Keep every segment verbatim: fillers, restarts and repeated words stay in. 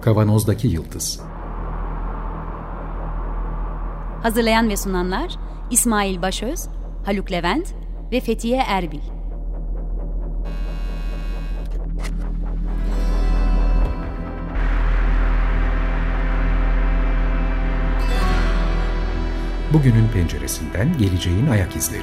Kavanozdaki Yıldız. Hazırlayan ve sunanlar İsmail Başöz, Haluk Levent ve Fethiye Erbil. Bugünün penceresinden geleceğin ayak izleri.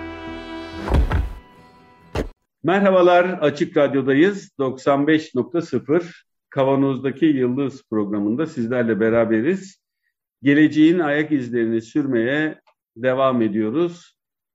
Merhabalar, Açık Radyo'dayız. doksan beş nokta sıfır Kavanozdaki Yıldız programında sizlerle beraberiz. Geleceğin ayak izlerini sürmeye devam ediyoruz.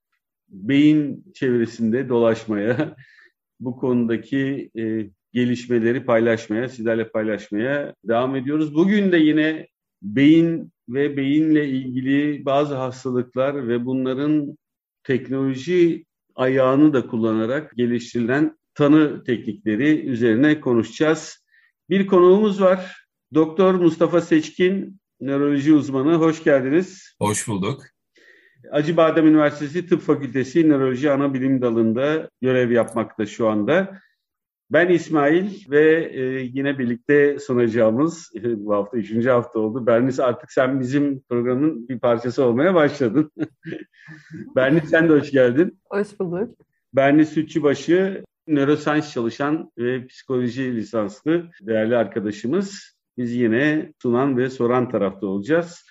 Beyin çevresinde dolaşmaya, bu konudaki e, gelişmeleri paylaşmaya, sizlerle paylaşmaya devam ediyoruz. Bugün de yine beyin ve beyinle ilgili bazı hastalıklar ve bunların teknoloji ayağını da kullanarak geliştirilen tanı teknikleri üzerine konuşacağız. Bir konuğumuz var. Doktor Mustafa Seçkin, nöroloji uzmanı. Hoş geldiniz. Hoş bulduk. Acıbadem Üniversitesi Tıp Fakültesi Nöroloji Anabilim Dalı'nda görev yapmakta şu anda. Ben İsmail ve e, yine birlikte sunacağımız, e, bu hafta üçüncü hafta oldu. Bernice, artık sen bizim programın bir parçası olmaya başladın. Bernice, sen de hoş geldin. Hoş bulduk. Bernice Sütçübaşı, nöroscience çalışan ve psikoloji lisanslı değerli arkadaşımız. Biz yine sunan ve soran tarafta olacağız.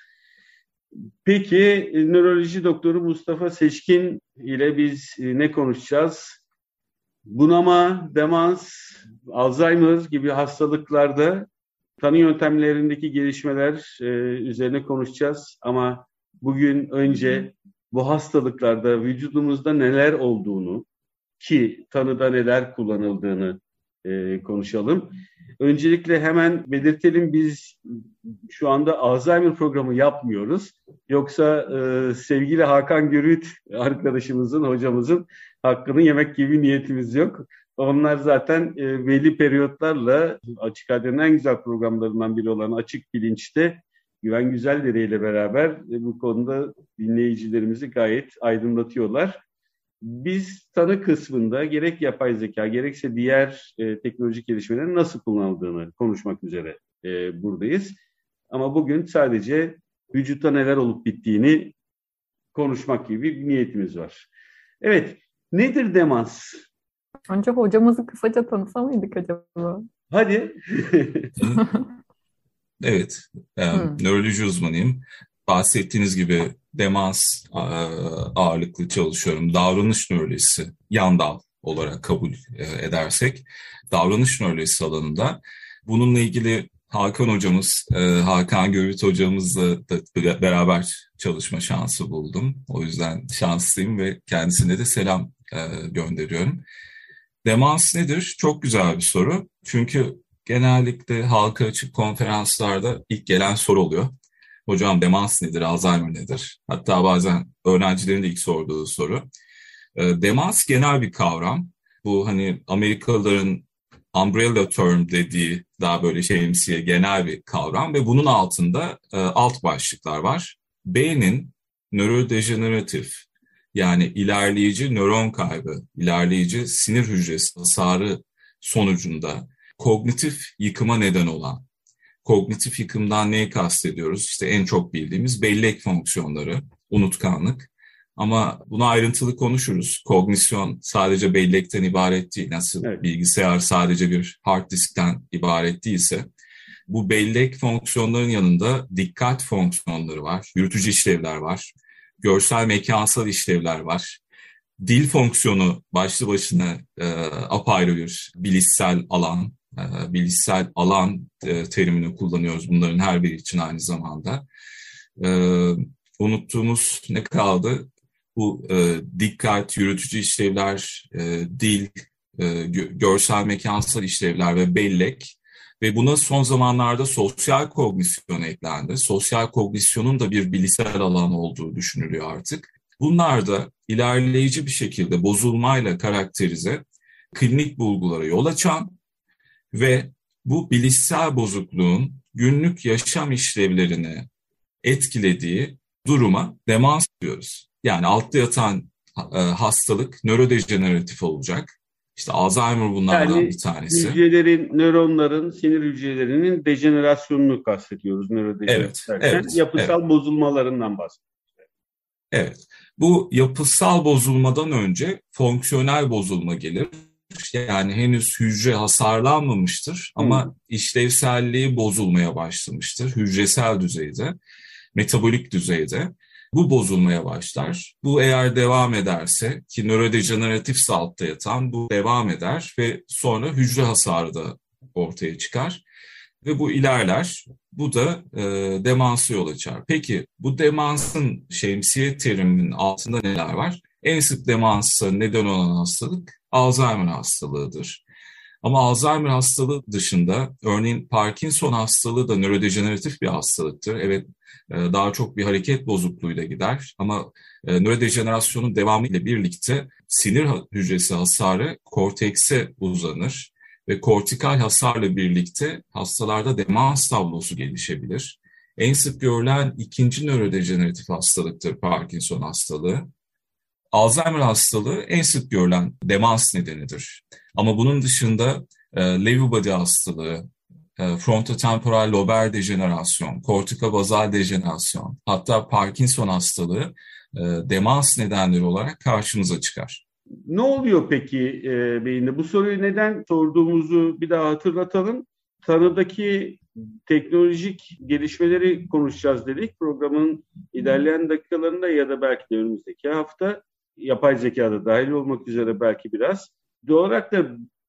Peki, nöroloji doktoru Mustafa Seçkin ile biz ne konuşacağız? Bunama, demans, Alzheimer gibi hastalıklarda tanı yöntemlerindeki gelişmeler e, üzerine konuşacağız. Ama bugün önce bu hastalıklarda vücudumuzda neler olduğunu, ki tanıda neler kullanıldığını e, konuşalım. Öncelikle hemen belirtelim, biz şu anda Alzheimer programı yapmıyoruz. Yoksa e, sevgili Hakan Görüt arkadaşımızın, hocamızın hakkını yemek gibi niyetimiz yok. Onlar zaten e, belli periyotlarla Açık Radyo'nun en güzel programlarından biri olan Açık Bilinç'te Güven Güzeldere ile beraber e, bu konuda dinleyicilerimizi gayet aydınlatıyorlar. Biz tanı kısmında gerek yapay zeka gerekse diğer e, teknolojik gelişmelerin nasıl kullanıldığını konuşmak üzere e, buradayız. Ama bugün sadece vücutta neler olup bittiğini konuşmak gibi bir niyetimiz var. Evet, nedir demans? Önce hocamızı kısaca tanısa mıydık acaba? Hadi. Evet, e, hmm. nöroloji uzmanıyım. Bahsettiğiniz gibi demans ağırlıklı çalışıyorum. Davranış nörolojisi, yan dal olarak kabul edersek, davranış nörolojisi alanında bununla ilgili Hakan hocamız, Hakan Görüt hocamızla da beraber çalışma şansı buldum. O yüzden şanslıyım ve kendisine de selam gönderiyorum. Demans nedir? Çok güzel bir soru. Çünkü genellikle halka açık konferanslarda ilk gelen soru oluyor. Hocam demans nedir, Alzheimer nedir? Hatta bazen öğrencilerin de ilk sorduğu soru. Demans genel bir kavram. Bu hani Amerikalıların umbrella term dediği daha böyle şeyimsiye genel bir kavram ve bunun altında e, alt başlıklar var. Beynin nörodejeneratif yani ilerleyici nöron kaybı, ilerleyici sinir hücresi hasarı sonucunda kognitif yıkıma neden olan, kognitif yıkımdan neyi kastediyoruz? İşte en çok bildiğimiz bellek fonksiyonları, unutkanlık. Ama bunu ayrıntılı konuşuruz. Kognisyon sadece bellekten ibaret değil. Nasıl evet. Bilgisayar sadece bir hard diskten ibaret değilse, bu bellek fonksiyonların yanında dikkat fonksiyonları var, yürütücü işlevler var, görsel mekansal işlevler var. Dil fonksiyonu başlı başına e, apayrı bir bilişsel alan. E, bilişsel alan e, terimini kullanıyoruz bunların her biri için aynı zamanda. E, unuttuğumuz ne kaldı? Bu e, dikkat, yürütücü işlevler, e, dil, e, gö- görsel mekansal işlevler ve bellek ve buna son zamanlarda sosyal kognisyon eklendi. Sosyal kognisyonun da bir bilişsel alan olduğu düşünülüyor artık. Bunlar da ilerleyici bir şekilde bozulmayla karakterize klinik bulgulara yol açan ve bu bilişsel bozukluğun günlük yaşam işlevlerini etkilediği duruma demans diyoruz. Yani altta yatan e, hastalık nörodejeneratif olacak. İşte Alzheimer bunlardan Yani bir tanesi. hücrelerin, nöronların, sinir hücrelerinin dejenerasyonunu kastediyoruz nörodejenerasyon Evet, derken. evet, Yapısal evet. bozulmalarından bahsediyoruz. Evet. Bu yapısal bozulmadan önce fonksiyonel bozulma gelir. Yani henüz hücre hasarlanmamıştır ama Hmm. işlevselliği bozulmaya başlamıştır. Hücresel düzeyde, metabolik düzeyde bu bozulmaya başlar. Bu eğer devam ederse ki nörodejeneratif altta yatan bu devam eder ve sonra hücre hasarı da ortaya çıkar. Ve bu ilerler. Bu da e, demansa yol açar. Peki bu demansın şemsiye teriminin altında neler var? En sık demansa neden olan hastalık Alzheimer hastalığıdır. Ama Alzheimer hastalığı dışında örneğin Parkinson hastalığı da nörodejeneratif bir hastalıktır. Evet, e, daha çok bir hareket bozukluğuyla gider ama e, nörodejenerasyonun devamı ile birlikte sinir hücresi hasarı kortekse uzanır. Ve kortikal hasarla birlikte hastalarda demans tablosu gelişebilir. En sık görülen ikinci nörodejeneratif hastalıktır Parkinson hastalığı. Alzheimer hastalığı en sık görülen demans nedenidir. Ama bunun dışında e, Lewy body hastalığı, e, frontotemporal lobar dejenerasyon, kortikobazal dejenerasyon, hatta Parkinson hastalığı e, demans nedenleri olarak karşımıza çıkar. Ne oluyor peki e, beyinde? Bu soruyu neden sorduğumuzu bir daha hatırlatalım. Tanıdaki teknolojik gelişmeleri konuşacağız dedik. Programın ilerleyen dakikalarında ya da belki de önümüzdeki hafta yapay zekada dahil olmak üzere belki biraz. Doğal olarak da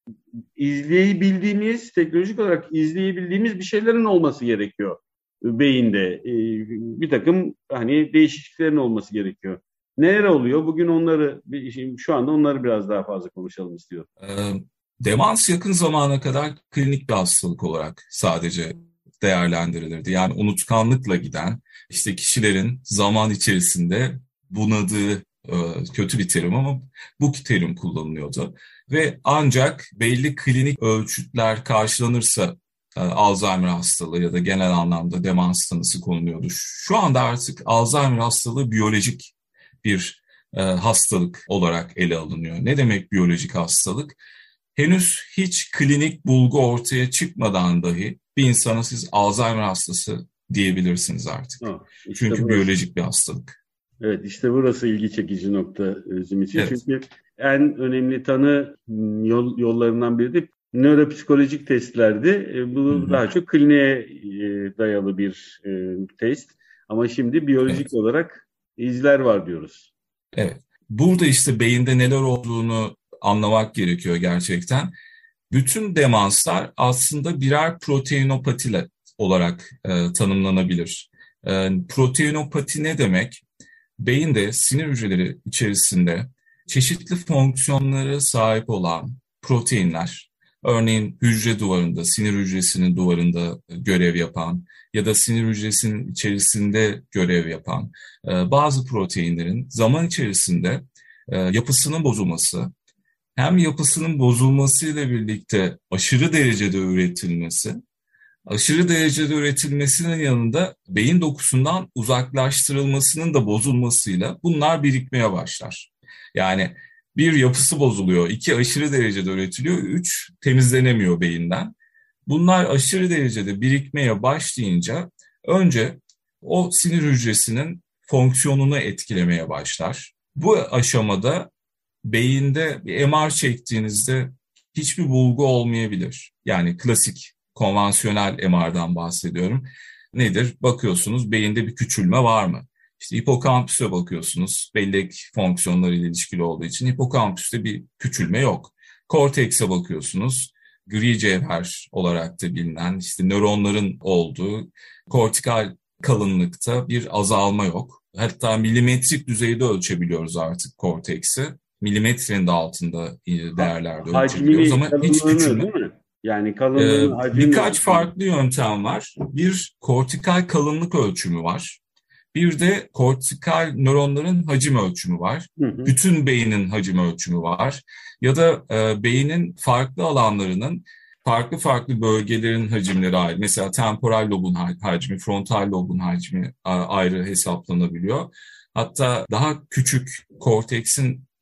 izleyebildiğimiz, teknolojik olarak izleyebildiğimiz bir şeylerin olması gerekiyor beyinde. E, bir takım hani değişikliklerin olması gerekiyor. Neler oluyor? Bugün onları, şu anda onları biraz daha fazla konuşalım istiyorum. E, demans yakın zamana kadar klinik bir hastalık olarak sadece değerlendirilirdi. Yani unutkanlıkla giden, işte kişilerin zaman içerisinde bunadığı, e, kötü bir terim ama bu terim kullanılıyordu. Ve ancak belli klinik ölçütler karşılanırsa e, Alzheimer hastalığı ya da genel anlamda demans tanısı konuluyordu. Şu anda artık Alzheimer hastalığı biyolojik bir e, hastalık olarak ele alınıyor. Ne demek biyolojik hastalık? Henüz hiç klinik bulgu ortaya çıkmadan dahi bir insana siz Alzheimer hastası diyebilirsiniz artık. Ha, işte Çünkü burası, biyolojik bir hastalık. Evet, işte burası ilgi çekici nokta bizim için. Evet. Çünkü en önemli tanı yol, yollarından biri de nöropsikolojik testlerdi. Bu Hı-hı. daha çok kliniğe dayalı bir test. Ama şimdi biyolojik evet. olarak izler var diyoruz. Evet. Burada işte beyinde neler olduğunu anlamak gerekiyor gerçekten. Bütün demanslar aslında birer proteinopati olarak e, tanımlanabilir. E, proteinopati ne demek? Beyinde sinir hücreleri içerisinde çeşitli fonksiyonlara sahip olan proteinler, örneğin hücre duvarında, sinir hücresinin duvarında görev yapan ya da sinir hücresinin içerisinde görev yapan e, bazı proteinlerin zaman içerisinde e, yapısının bozulması, hem yapısının bozulmasıyla birlikte aşırı derecede üretilmesi, aşırı derecede üretilmesinin yanında beyin dokusundan uzaklaştırılmasının da bozulmasıyla bunlar birikmeye başlar. Yani bir yapısı bozuluyor, iki aşırı derecede üretiliyor, üç temizlenemiyor beyinden. Bunlar aşırı derecede birikmeye başlayınca önce o sinir hücresinin fonksiyonunu etkilemeye başlar. Bu aşamada beyinde bir M R çektiğinizde hiçbir bulgu olmayabilir. Yani klasik, konvansiyonel M R'dan bahsediyorum. Nedir? Bakıyorsunuz beyinde bir küçülme var mı? İşte hipokampüse bakıyorsunuz. Bellek fonksiyonlarıyla ilişkili olduğu için hipokampüste bir küçülme yok. Kortekse bakıyorsunuz. Gri cevher olarak da bilinen işte nöronların olduğu kortikal kalınlıkta bir azalma yok. Hatta milimetrik düzeyde ölçebiliyoruz artık korteksi. Milimetrenin de altında değerlerde ölçebiliyoruz ama hiç küçülme. Değil mi? Yani kalınlığını, ee, birkaç farklı yöntem var. Bir kortikal kalınlık ölçümü var. Bir de kortikal nöronların hacim ölçümü var. Hı hı. Bütün beynin hacim ölçümü var. Ya da e, beynin farklı alanlarının farklı farklı bölgelerin hacimleri ayrı. Mesela temporal lobun hacmi, frontal lobun hacmi ayrı hesaplanabiliyor. Hatta daha küçük korteksin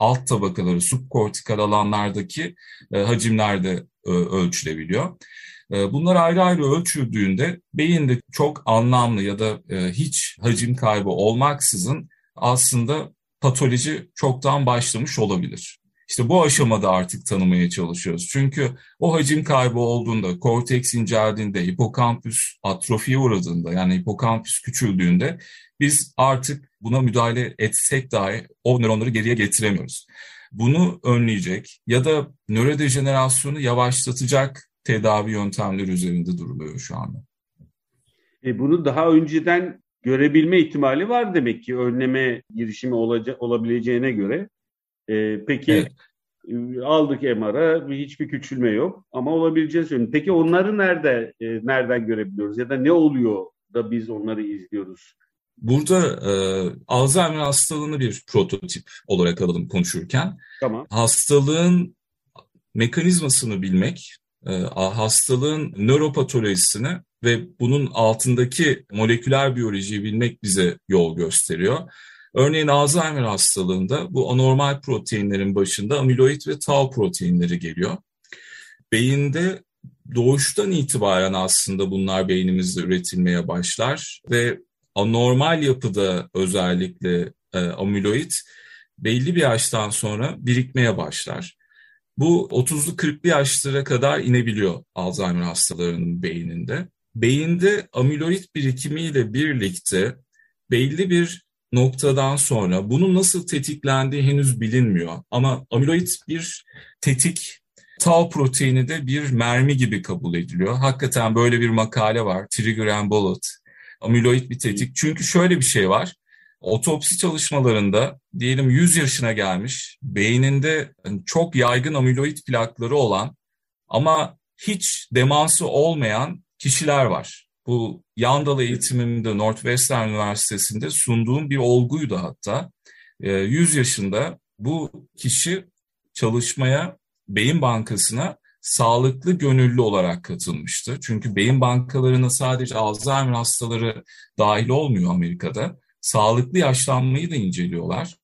alt tabakaları, subkortikal alanlardaki e, hacimlerde e, ölçülebiliyor. E, bunlar ayrı ayrı ölçüldüğünde beyinde çok anlamlı ya da e, hiç hacim kaybı olmaksızın aslında patoloji çoktan başlamış olabilir. İşte bu aşamada artık tanımaya çalışıyoruz. Çünkü o hacim kaybı olduğunda, korteks inceldiğinde, hipokampüs atrofiye uğradığında, yani hipokampüs küçüldüğünde biz artık buna müdahale etsek dahi o nöronları geriye getiremiyoruz. Bunu önleyecek ya da nörodejenerasyonu yavaşlatacak tedavi yöntemleri üzerinde duruluyor şu anda. E bunu daha önceden görebilme ihtimali var demek ki, önleme girişimi olacak, olabileceğine göre. E, peki evet. Aldık M R'a, hiçbir küçülme yok ama olabileceğini söylüyorum. Peki onları nerede e, nereden görebiliyoruz ya da ne oluyor da biz onları izliyoruz? Burada e, Alzheimer hastalığını bir prototip olarak alalım konuşurken. Tamam. Hastalığın mekanizmasını bilmek, e, hastalığın nöropatolojisini ve bunun altındaki moleküler biyolojiyi bilmek bize yol gösteriyor. Örneğin Alzheimer hastalığında bu anormal proteinlerin başında amiloid ve tau proteinleri geliyor. Beyinde doğuştan itibaren aslında bunlar beynimizde üretilmeye başlar ve anormal yapıda özellikle e, amiloid belli bir yaştan sonra birikmeye başlar. Bu otuzlu kırklı yaşlara kadar inebiliyor Alzheimer hastalarının beyninde. Beyinde amiloid birikimiyle birlikte belli bir noktadan sonra bunun nasıl tetiklendiği henüz bilinmiyor. Ama amiloid bir tetik, tau proteini de bir mermi gibi kabul ediliyor. Hakikaten böyle bir makale var, Trigger and Bullet. Amiloid bir tetik. Çünkü şöyle bir şey var. Otopsi çalışmalarında diyelim yüz yaşına gelmiş, beyninde çok yaygın amiloid plakları olan ama hiç demansı olmayan kişiler var. Bu Yandal eğitimimde Northwestern Üniversitesi'nde sunduğum bir olguydu hatta. yüz yaşında bu kişi çalışmaya, beyin bankasına sağlıklı gönüllü olarak katılmıştı. Çünkü beyin bankalarına sadece Alzheimer hastaları dahil olmuyor Amerika'da. Sağlıklı yaşlanmayı da inceliyorlar.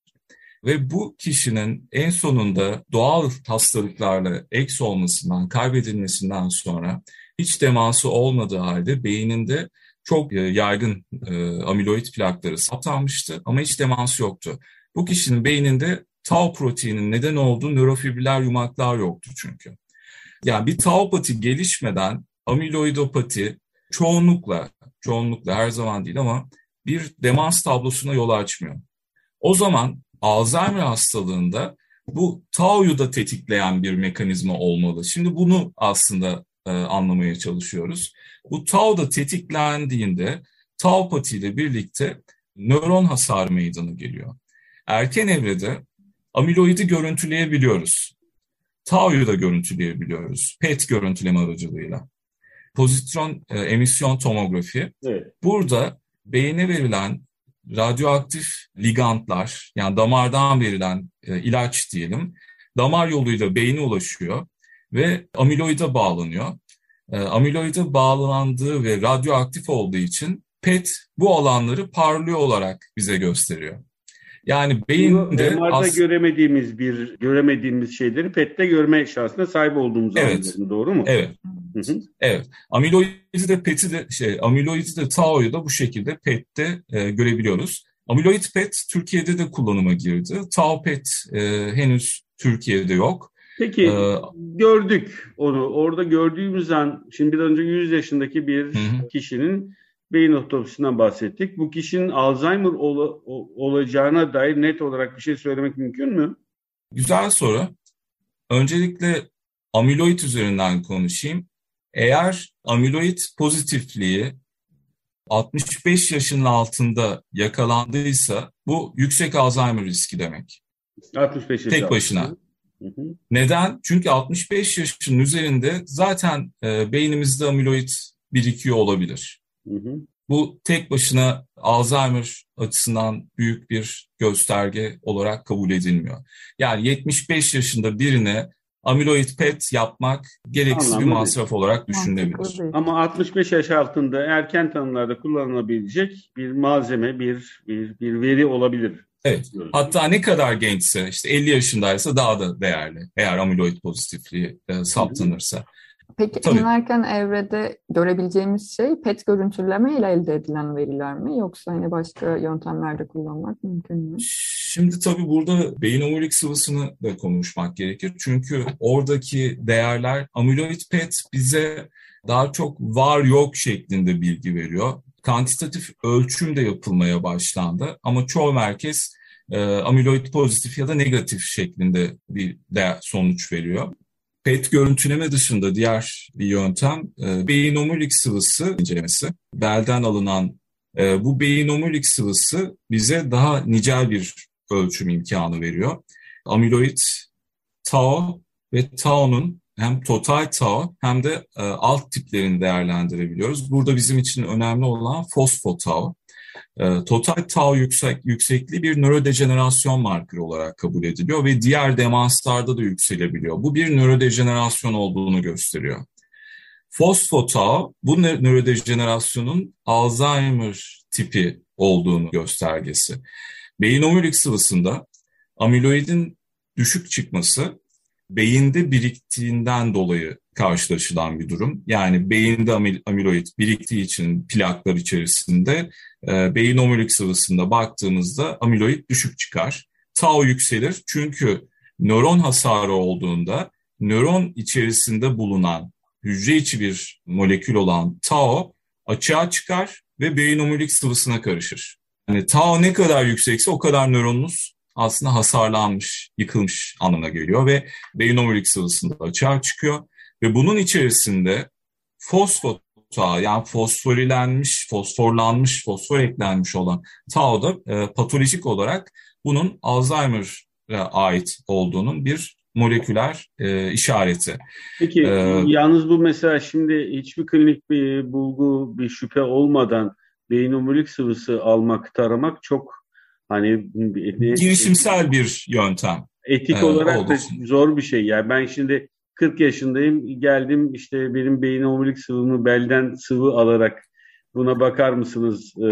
Ve bu kişinin en sonunda doğal hastalıklarla eks olmasından, kaybedilmesinden sonra hiç demansı olmadığı halde beyninde çok yaygın e, amiloid plakları saptanmıştı ama hiç demans yoktu. Bu kişinin beyninde tau proteinin neden olduğu nörofibriller yumaklar yoktu çünkü. Yani bir taupati gelişmeden amiloidopati çoğunlukla, çoğunlukla her zaman değil ama bir demans tablosuna yol açmıyor. O zaman Alzheimer hastalığında bu tau'yu da tetikleyen bir mekanizma olmalı. Şimdi bunu aslında e, anlamaya çalışıyoruz. Bu tau da tetiklendiğinde taupati ile birlikte nöron hasarı meydana geliyor. Erken evrede amiloidi görüntüleyebiliyoruz. Tau'yu da görüntüleyebiliyoruz. P E T görüntüleme aracılığıyla. Pozitron e, emisyon tomografi. Evet. Burada beyne verilen radyoaktif ligandlar, yani damardan verilen e, ilaç diyelim, damar yoluyla beyne ulaşıyor ve amiloide bağlanıyor. E, amiloide bağlandığı ve radyoaktif olduğu için P E T bu alanları parlıyor olarak bize gösteriyor. Yani beyinde M R'da as- göremediğimiz bir göremediğimiz şeyleri P E T'te görme şansına sahip olduğumuzu evet. anlıyorum. Doğru mu? Evet. Hı hı. Evet. Amiloidi de P E T'yi de şey, amiloidi de tau'yu da bu şekilde P E T'te e, görebiliyoruz. Amiloid P E T Türkiye'de de kullanıma girdi. Tau P E T e, henüz Türkiye'de yok. Peki ee, gördük onu. Orada gördüğümüz an, şimdi bir önce yüz yaşındaki bir hı hı. kişinin beyin otopsisinden bahsettik. Bu kişinin Alzheimer ol, olacağına dair net olarak bir şey söylemek mümkün mü? Güzel soru. Öncelikle amiloid üzerinden konuşayım. Eğer amiloid pozitifliği altmış beş yaşının altında yakalandıysa bu yüksek Alzheimer riski demek. altmış beş yaş tek başına. Hı hı. Neden? Çünkü altmış beş yaşın üzerinde zaten e, beynimizde amiloid birikiyor olabilir. Hı hı. Bu tek başına Alzheimer açısından büyük bir gösterge olarak kabul edilmiyor. Yani yetmiş beş yaşında birine amiloid P E T yapmak gereksiz Anlamlı bir masraf değil. olarak düşünülebilir. Ama altmış beş yaş altında erken tanılarda kullanılabilecek bir malzeme, bir bir, bir veri olabilir Evet. Hatta ne kadar gençse, işte elli yaşındaysa daha da değerli. Eğer amiloid pozitifliği e, saptanırsa. Peki Tabii. en erken evrede görebileceğimiz şey P E T görüntüleme ile elde edilen veriler mi? Yoksa hani başka yöntemlerde kullanmak mümkün mü? Şimdi tabii burada beyin omurilik sıvısını da konuşmak gerekir. Çünkü oradaki değerler, amiloid P E T bize daha çok var yok şeklinde bilgi veriyor. Kantitatif ölçüm de yapılmaya başlandı ama çoğu merkez e, amiloid pozitif ya da negatif şeklinde bir değer, sonuç veriyor. P E T görüntüleme dışında diğer bir yöntem e, beyin omurilik sıvısı incelemesi. Belden alınan e, bu beyin omurilik sıvısı bize daha nicel bir ölçüm imkanı veriyor. Amiloid, tau ve tau'nun hem total tau hem de e, alt tiplerini değerlendirebiliyoruz. Burada bizim için önemli olan fosfo-tau. E, total tau yüksek, yüksekliği bir nörodejenerasyon markeri olarak kabul ediliyor ve diğer demanslarda da yükselebiliyor. Bu bir nörodejenerasyon olduğunu gösteriyor. Fosfo-tau bu nörodejenerasyonun Alzheimer tipi olduğunu göstergesi. Beyin omurilik sıvısında amiloidin düşük çıkması beyinde biriktiğinden dolayı karşılaşılan bir durum. Yani beyinde amiloid biriktiği için plaklar içerisinde e, beyin omurilik sıvısında baktığımızda amiloid düşük çıkar. Tau yükselir çünkü nöron hasarı olduğunda nöron içerisinde bulunan hücre içi bir molekül olan tau açığa çıkar ve beyin omurilik sıvısına karışır. Yani tau ne kadar yüksekse o kadar nöronunuz aslında hasarlanmış, yıkılmış anlamına geliyor ve beyin omurilik sıvısında açığa çıkıyor. Ve bunun içerisinde fosfo-tau yani fosforilenmiş, fosforlanmış, fosfor eklenmiş olan tau da e, patolojik olarak bunun Alzheimer'a ait olduğunun bir moleküler e, işareti. Peki ee, yalnız bu mesela şimdi hiçbir klinik bir bulgu, bir şüphe olmadan beyin omurilik sıvısı almak, taramak çok hani girişimsel bir yöntem. Etik e, olarak da için. zor bir şey. Yani ben şimdi kırk yaşındayım, geldim işte benim beyin omurilik sıvımı belden sıvı alarak buna bakar mısınız? Ee,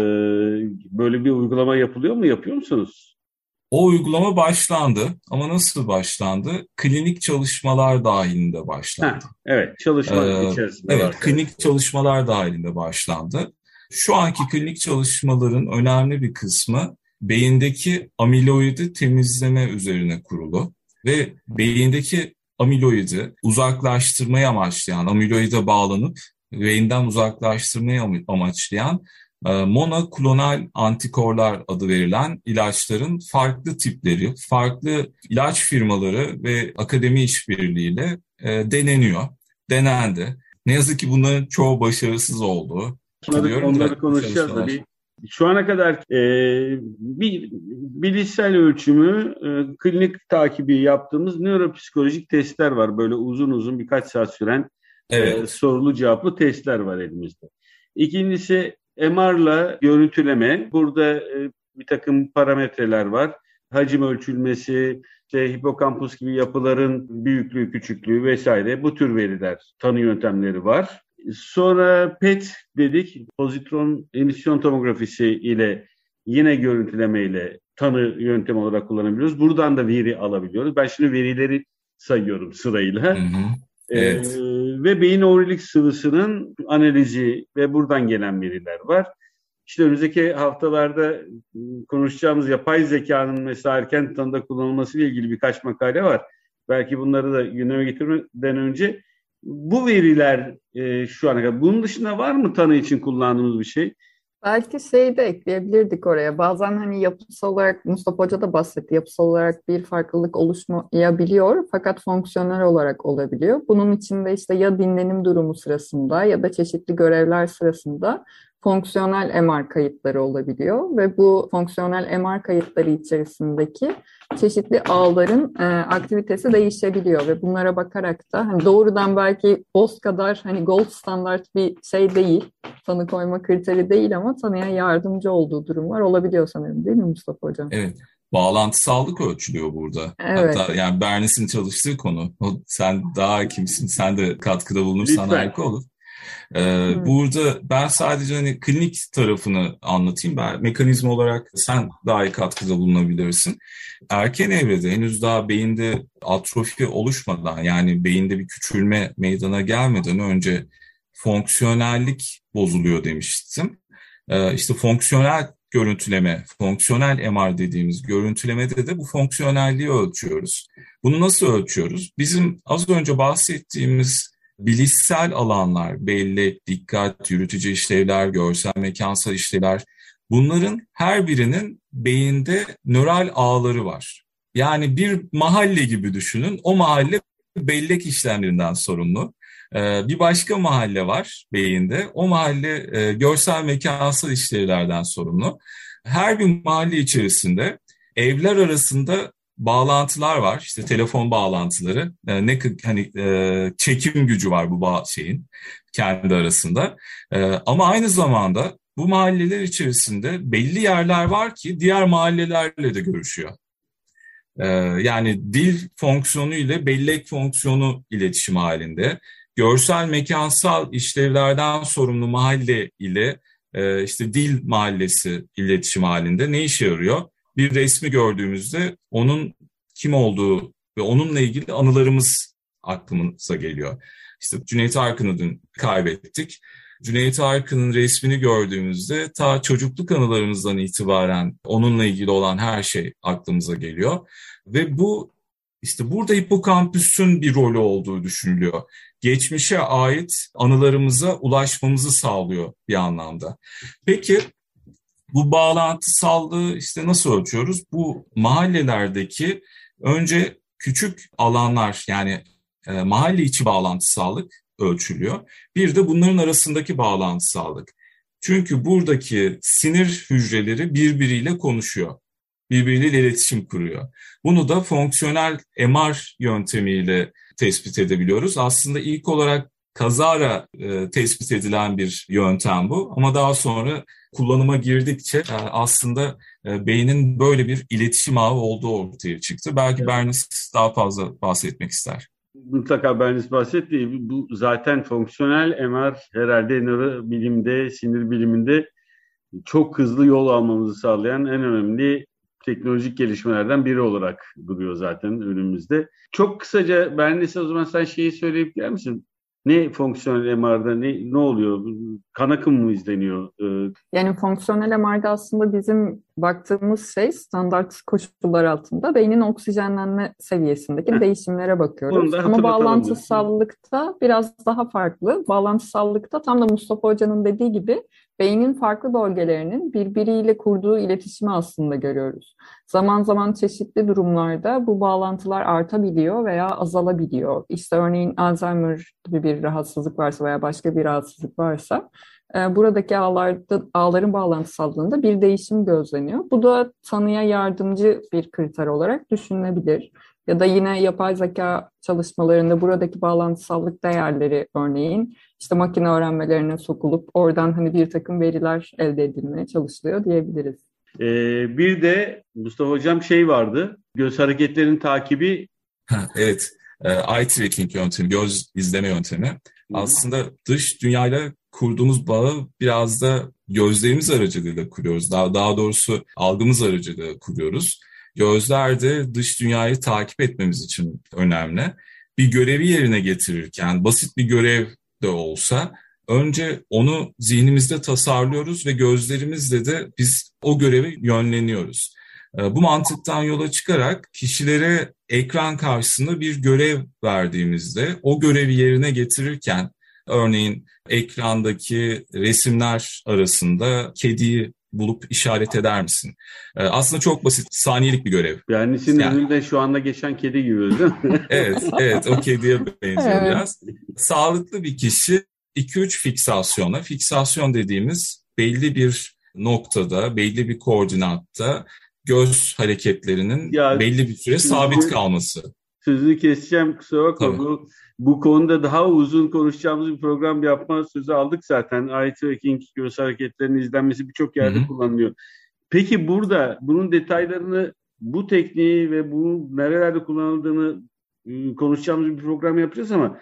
böyle bir uygulama yapılıyor mu? Yapıyor musunuz? O uygulama başlandı ama nasıl başlandı? Klinik çalışmalar dahilinde başlandı. Heh, evet, çalışma ee, içerisinde evet, var. klinik çalışmalar dahilinde başlandı. Şu anki klinik çalışmaların önemli bir kısmı beyindeki amiloidi temizleme üzerine kurulu ve beyindeki amiloidi uzaklaştırmayı amaçlayan, amiloide bağlanıp beyinden uzaklaştırmayı amaçlayan monoklonal antikorlar adı verilen ilaçların farklı tipleri, farklı ilaç firmaları ve akademi işbirliğiyle e, deneniyor, denendi. Ne yazık ki bunların çoğu başarısız oldu. Onları, onları konuşacağız da bir, şu ana kadar e, bir bilişsel ölçümü, e, klinik takibi yaptığımız nöropsikolojik testler var. Böyle uzun uzun birkaç saat süren evet. e, sorulu cevaplı testler var elimizde. İkincisi M R'la görüntüleme. Burada e, bir takım parametreler var. Hacim ölçülmesi, işte hipokampus gibi yapıların büyüklüğü, küçüklüğü vesaire bu tür veriler, tanı yöntemleri var. Sonra P E T dedik, pozitron emisyon tomografisi ile yine görüntüleme ile tanı yöntemi olarak kullanabiliyoruz. Buradan da veri alabiliyoruz. Ben şimdi verileri sayıyorum sırayla. Hı hı. Evet. Ee, ve beyin omurilik sıvısının analizi ve buradan gelen veriler var. İşte önümüzdeki haftalarda konuşacağımız yapay zekanın mesela erken tanıda kullanılması ile ilgili birkaç makale var. Belki bunları da gündeme getirmeden önce bu veriler e, şu ana kadar. Bunun dışında var mı tanı için kullandığımız bir şey? Belki şeyi de ekleyebilirdik oraya. Bazen hani yapısal olarak, Mustafa Hoca da bahsetti, yapısal olarak bir farklılık oluşmayabiliyor fakat fonksiyonel olarak olabiliyor. Bunun içinde işte ya dinlenim durumu sırasında ya da çeşitli görevler sırasında fonksiyonel M R kayıtları olabiliyor ve bu fonksiyonel M R kayıtları içerisindeki çeşitli ağların e, aktivitesi değişebiliyor ve bunlara bakarak da hani doğrudan belki B O S kadar hani gold standart bir şey değil, tanı koyma kriteri değil ama tanıya yardımcı olduğu durumlar olabiliyor sanırım, değil mi Mustafa Hocam? Evet. Bağlantısallık ölçülüyor burada. Evet. Hatta yani Bernes'in çalıştığı konu. O, sen daha hakimsin, sen de katkıda bulunursan harika olur. Ee, Hmm. burada ben sadece hani klinik tarafını anlatayım. Ben mekanizma olarak sen daha iyi katkıda bulunabilirsin. Erken evrede henüz daha beyinde atrofi oluşmadan, yani beyinde bir küçülme meydana gelmeden önce fonksiyonellik bozuluyor demiştim. Ee, işte fonksiyonel görüntüleme, fonksiyonel M R dediğimiz görüntülemede de bu fonksiyonelliği ölçüyoruz. Bunu nasıl ölçüyoruz? Bizim az önce bahsettiğimiz bilişsel alanlar, bellek, dikkat, yürütücü işlevler, görsel mekansal işlevler, bunların her birinin beyinde nöral ağları var. Yani bir mahalle gibi düşünün. O mahalle bellek işlemlerinden sorumlu. Ee, bir başka mahalle var beyinde. O mahalle e, görsel mekansal işlevlerden sorumlu. Her bir mahalle içerisinde evler arasında bağlantılar var. İşte telefon bağlantıları. E, ne hani e, çekim gücü var bu bağ- şeyin kendi arasında. E, ama aynı zamanda bu mahalleler içerisinde belli yerler var ki diğer mahallelerle de görüşüyor. E, yani dil fonksiyonu ile bellek fonksiyonu iletişim halinde. Görsel mekansal işlevlerden sorumlu mahalle ile e, işte dil mahallesi iletişim halinde. Ne işe yarıyor? Bir resmi gördüğümüzde onun kim olduğu ve onunla ilgili anılarımız aklımıza geliyor. İşte Cüneyt Arkın'ı dün kaybettik. Cüneyt Arkın'ın resmini gördüğümüzde ta çocukluk anılarımızdan itibaren onunla ilgili olan her şey aklımıza geliyor. Ve bu işte burada hipokampüsün bir rolü olduğu düşünülüyor. Geçmişe ait anılarımıza ulaşmamızı sağlıyor bir anlamda. Peki bu bağlantısallığı işte nasıl ölçüyoruz? Bu mahallelerdeki önce küçük alanlar, yani e, mahalle içi bağlantısallık ölçülüyor. Bir de bunların arasındaki bağlantısallık. Çünkü buradaki sinir hücreleri birbiriyle konuşuyor. Birbiriyle iletişim kuruyor. Bunu da fonksiyonel M R yöntemiyle tespit edebiliyoruz. Aslında ilk olarak kazara e, tespit edilen bir yöntem bu. Ama daha sonra kullanıma girdikçe e, aslında e, beynin böyle bir iletişim ağı olduğu ortaya çıktı. Belki Bernice daha fazla bahsetmek ister. Mutlaka Bernice bahsetti. Bu zaten fonksiyonel M R herhalde nörobilimde, sinir biliminde çok hızlı yol almamızı sağlayan en önemli teknolojik gelişmelerden biri olarak duruyor zaten önümüzde. Çok kısaca Bernice, o zaman sen şeyi söyleyip gelir misin? Ne fonksiyonel M R'da ne, ne oluyor? Kan akımı mı izleniyor? Ee, Yani fonksiyonel M R'da aslında bizim baktığımız şey standart koşullar altında beynin oksijenlenme seviyesindeki Heh. değişimlere bakıyoruz. Ama hatırlatalım. bağlantısallıkta biraz daha farklı. Bağlantısallıkta tam da Mustafa Hoca'nın dediği gibi beynin farklı bölgelerinin birbiriyle kurduğu iletişimi aslında görüyoruz. Zaman zaman çeşitli durumlarda bu bağlantılar artabiliyor veya azalabiliyor. İşte örneğin Alzheimer gibi bir rahatsızlık varsa veya başka bir rahatsızlık varsa buradaki ağlarda, ağların bağlantısallığında bir değişim gözleniyor. Bu da tanıya yardımcı bir kriter olarak düşünülebilir. Ya da yine yapay zeka çalışmalarında buradaki bağlantısallık değerleri örneğin işte makine öğrenmelerine sokulup oradan hani bir takım veriler elde edilmeye çalışılıyor diyebiliriz. Ee, bir de Mustafa Hocam şey vardı, göz hareketlerinin takibi. Ha, evet, eye tracking yöntemi, göz izleme yöntemi. Aslında dış dünyayla kurduğumuz bağı biraz da gözlerimiz aracılığıyla kuruyoruz. Daha, daha doğrusu algımız aracılığıyla kuruyoruz. Gözler de dış dünyayı takip etmemiz için önemli. Bir görevi yerine getirirken, basit bir görev de olsa önce onu zihnimizde tasarlıyoruz ve gözlerimizle de biz o göreve yönleniyoruz. Bu mantıktan yola çıkarak kişilere ekran karşısında bir görev verdiğimizde o görevi yerine getirirken örneğin ekrandaki resimler arasında kediyi bulup işaret eder misin? Aslında çok basit, saniyelik bir görev. Yani senin yani, önünde şu anda geçen kedi gibi değil mi? Evet, evet, o kediye benziyor Evet. biraz. Sağlıklı bir kişi iki üç fiksasyona, fiksasyon dediğimiz belli bir noktada, belli bir koordinatta göz hareketlerinin Ya, belli bir süre sözü, sabit kalması. Sözünü keseceğim, kusura bakma. Tabii. Bu, bu konuda daha uzun konuşacağımız bir program yapma sözü aldık zaten. Eye tracking, göz hareketlerinin izlenmesi birçok yerde Hı hı. kullanılıyor. Peki burada bunun detaylarını, bu tekniği ve bunun nerelerde kullanıldığını ıı, konuşacağımız bir program yapacağız ama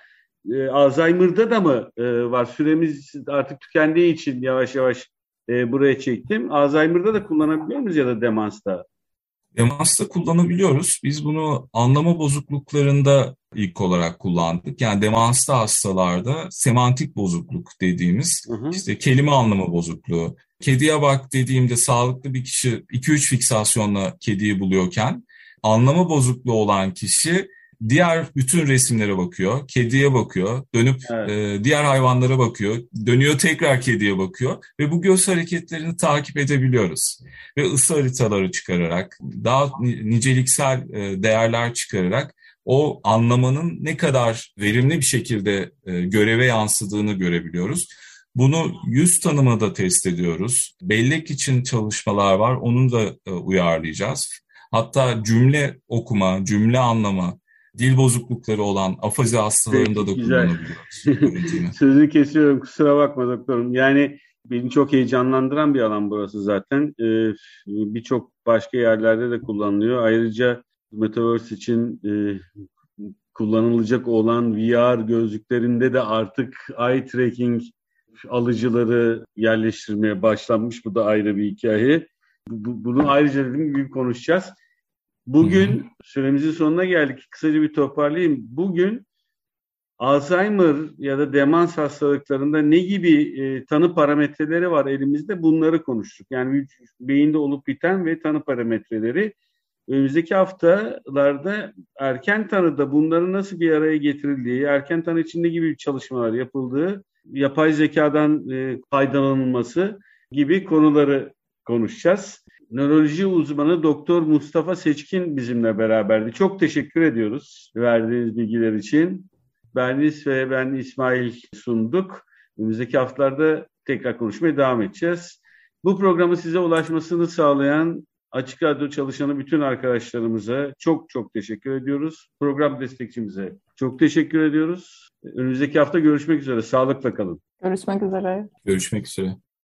e, Alzheimer'da da mı e, var? Süremiz artık tükendiği için yavaş yavaş e, buraya çektim. Alzheimer'da da kullanabiliyor muyuz ya da demansta? Demansta kullanabiliyoruz. Biz bunu anlama bozukluklarında ilk olarak kullandık. Yani demansta hastalarda semantik bozukluk dediğimiz, Hı hı. işte kelime anlama bozukluğu. Kediye bak dediğimde sağlıklı bir kişi iki üç fiksasyonla kediyi buluyorken, anlama bozukluğu olan kişi diğer bütün resimlere bakıyor, kediye bakıyor, dönüp Evet. e, diğer hayvanlara bakıyor, dönüyor tekrar kediye bakıyor ve bu göz hareketlerini takip edebiliyoruz. Ve ısı haritaları çıkararak, daha niceliksel e, değerler çıkararak o anlamanın ne kadar verimli bir şekilde e, göreve yansıdığını görebiliyoruz. Bunu yüz tanımada test ediyoruz. Bellek için çalışmalar var, onu da e, uyarlayacağız. Hatta cümle okuma, cümle anlama, dil bozuklukları olan afazi hastalarında Peki, da güzel. kullanabiliyoruz. Sözünü kesiyorum, kusura bakma doktorum. Yani beni çok heyecanlandıran bir alan burası zaten. Ee, birçok başka yerlerde de kullanılıyor. Ayrıca Metaverse için e, kullanılacak olan V R gözlüklerinde de artık eye tracking alıcıları yerleştirmeye başlanmış. Bu da ayrı bir hikaye. Bu, bunu ayrıca dediğim gibi konuşacağız. Bugün hı hı. süremizin sonuna geldik. Kısaca bir toparlayayım. Bugün Alzheimer ya da demans hastalıklarında ne gibi e, tanı parametreleri var elimizde, bunları konuştuk. Yani beyinde olup biten ve tanı parametreleri. Önümüzdeki haftalarda erken tanıda bunların nasıl bir araya getirildiği, erken tanı için ne gibi çalışmalar yapıldığı, yapay zekadan e, faydalanılması gibi konuları konuşacağız. Nöroloji uzmanı Doktor Mustafa Seçkin bizimle beraberdi. Çok teşekkür ediyoruz verdiğiniz bilgiler için. Bernice ve ben İsmail sunduk. Önümüzdeki haftalarda tekrar konuşmaya devam edeceğiz. Bu programı size ulaşmasını sağlayan Açık Radyo çalışanı bütün arkadaşlarımıza çok çok teşekkür ediyoruz. Program destekçimize çok teşekkür ediyoruz. Önümüzdeki hafta görüşmek üzere. Sağlıkla kalın. Görüşmek üzere. Görüşmek üzere.